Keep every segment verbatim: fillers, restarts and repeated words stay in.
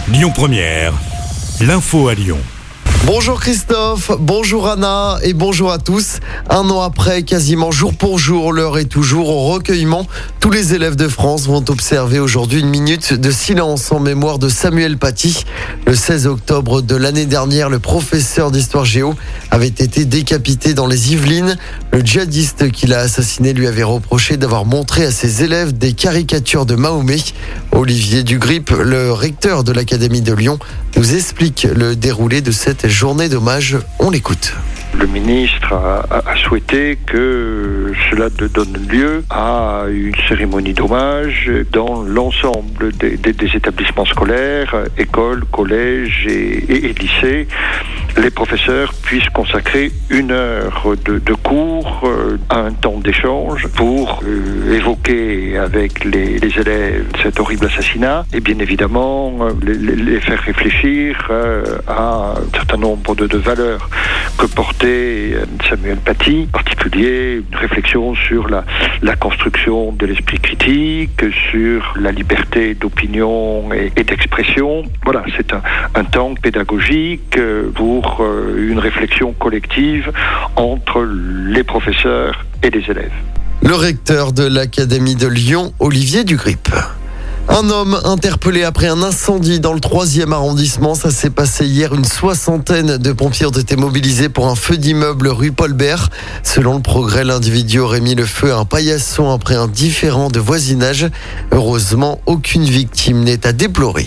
Lyon Première, l'info à Lyon. Bonjour Christophe, bonjour Anna et bonjour à tous. Un an après, quasiment jour pour jour, l'heure est toujours au recueillement. Tous les élèves de France vont observer aujourd'hui une minute de silence en mémoire de Samuel Paty. Le seize octobre de l'année dernière, le professeur d'histoire géo avait été décapité dans les Yvelines. Le djihadiste qui l'a assassiné lui avait reproché d'avoir montré à ses élèves des caricatures de Mahomet. Olivier Dugrip, le recteur de l'Académie de Lyon, nous explique le déroulé de cette journée d'hommage. On l'écoute. Le ministre a, a, a souhaité que cela donne lieu à une cérémonie d'hommage dans l'ensemble des, des, des établissements scolaires, écoles, collèges et, et, et lycées. Les professeurs puissent consacrer une heure de, de cours à un temps d'échange pour euh, évoquer avec les, les élèves cet horrible assassinat et bien évidemment les, les faire réfléchir euh, à un certain nombre de, de valeurs que portait Samuel Paty, en particulier une réflexion sur la, la construction de l'esprit critique, sur la liberté d'opinion et, et d'expression. Voilà, c'est un, un temps pédagogique pour une réflexion collective entre les professeurs et les élèves. Le recteur de l'Académie de Lyon, Olivier Dugrip. Un homme interpellé après un incendie dans le troisième arrondissement. Ça s'est passé hier. Une soixantaine de pompiers ont été mobilisés pour un feu d'immeuble rue Paul Bert. Selon le Progrès, l'individu aurait mis le feu à un paillasson après un différend de voisinage. Heureusement, aucune victime n'est à déplorer.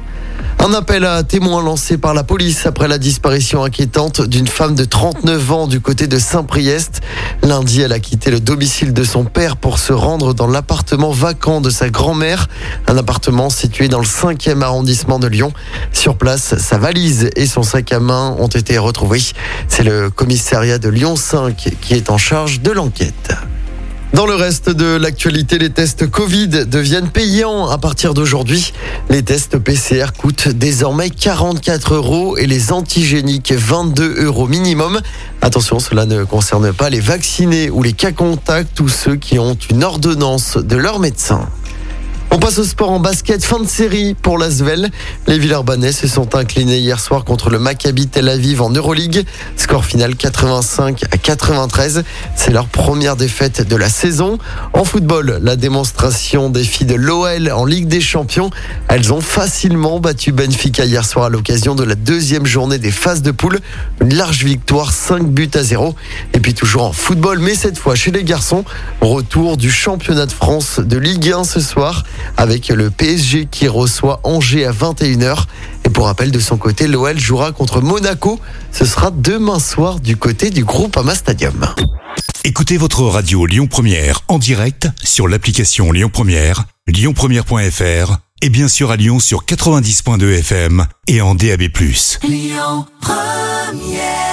Un appel à témoins lancé par la police après la disparition inquiétante d'une femme de trente-neuf ans du côté de Saint-Priest. Lundi, elle a quitté le domicile de son père pour se rendre dans l'appartement vacant de sa grand-mère, un appartement situé dans le cinquième arrondissement de Lyon. Sur place, sa valise et son sac à main ont été retrouvés. C'est le commissariat de Lyon cinq qui est en charge de l'enquête. Dans le reste de l'actualité, les tests Covid deviennent payants à partir d'aujourd'hui. Les tests P C R coûtent désormais quarante-quatre euros et les antigéniques vingt-deux euros minimum. Attention, cela ne concerne pas les vaccinés ou les cas contacts ou ceux qui ont une ordonnance de leur médecin. On passe au sport en basket, fin de série pour l'Asvel. Les Villeurbanais se sont inclinés hier soir contre le Maccabi Tel Aviv en Euroleague. Score final quatre-vingt-cinq à quatre-vingt-treize. C'est leur première défaite de la saison. En football, la démonstration des filles de l'O L en Ligue des Champions. Elles ont facilement battu Benfica hier soir à l'occasion de la deuxième journée des phases de poule. Une large victoire, cinq buts à zéro. Et puis toujours en football, mais cette fois chez les garçons. Retour du championnat de France de Ligue un ce soir, avec le P S G qui reçoit Angers à vingt et une heures. Et pour rappel, de son côté, l'O L jouera contre Monaco. Ce sera demain soir du côté du Groupama Stadium. Écoutez votre radio Lyon Première en direct sur l'application Lyon Première, lyon première point f r et bien sûr à Lyon sur quatre-vingt-dix point deux F M et en D A B plus. Lyon Première.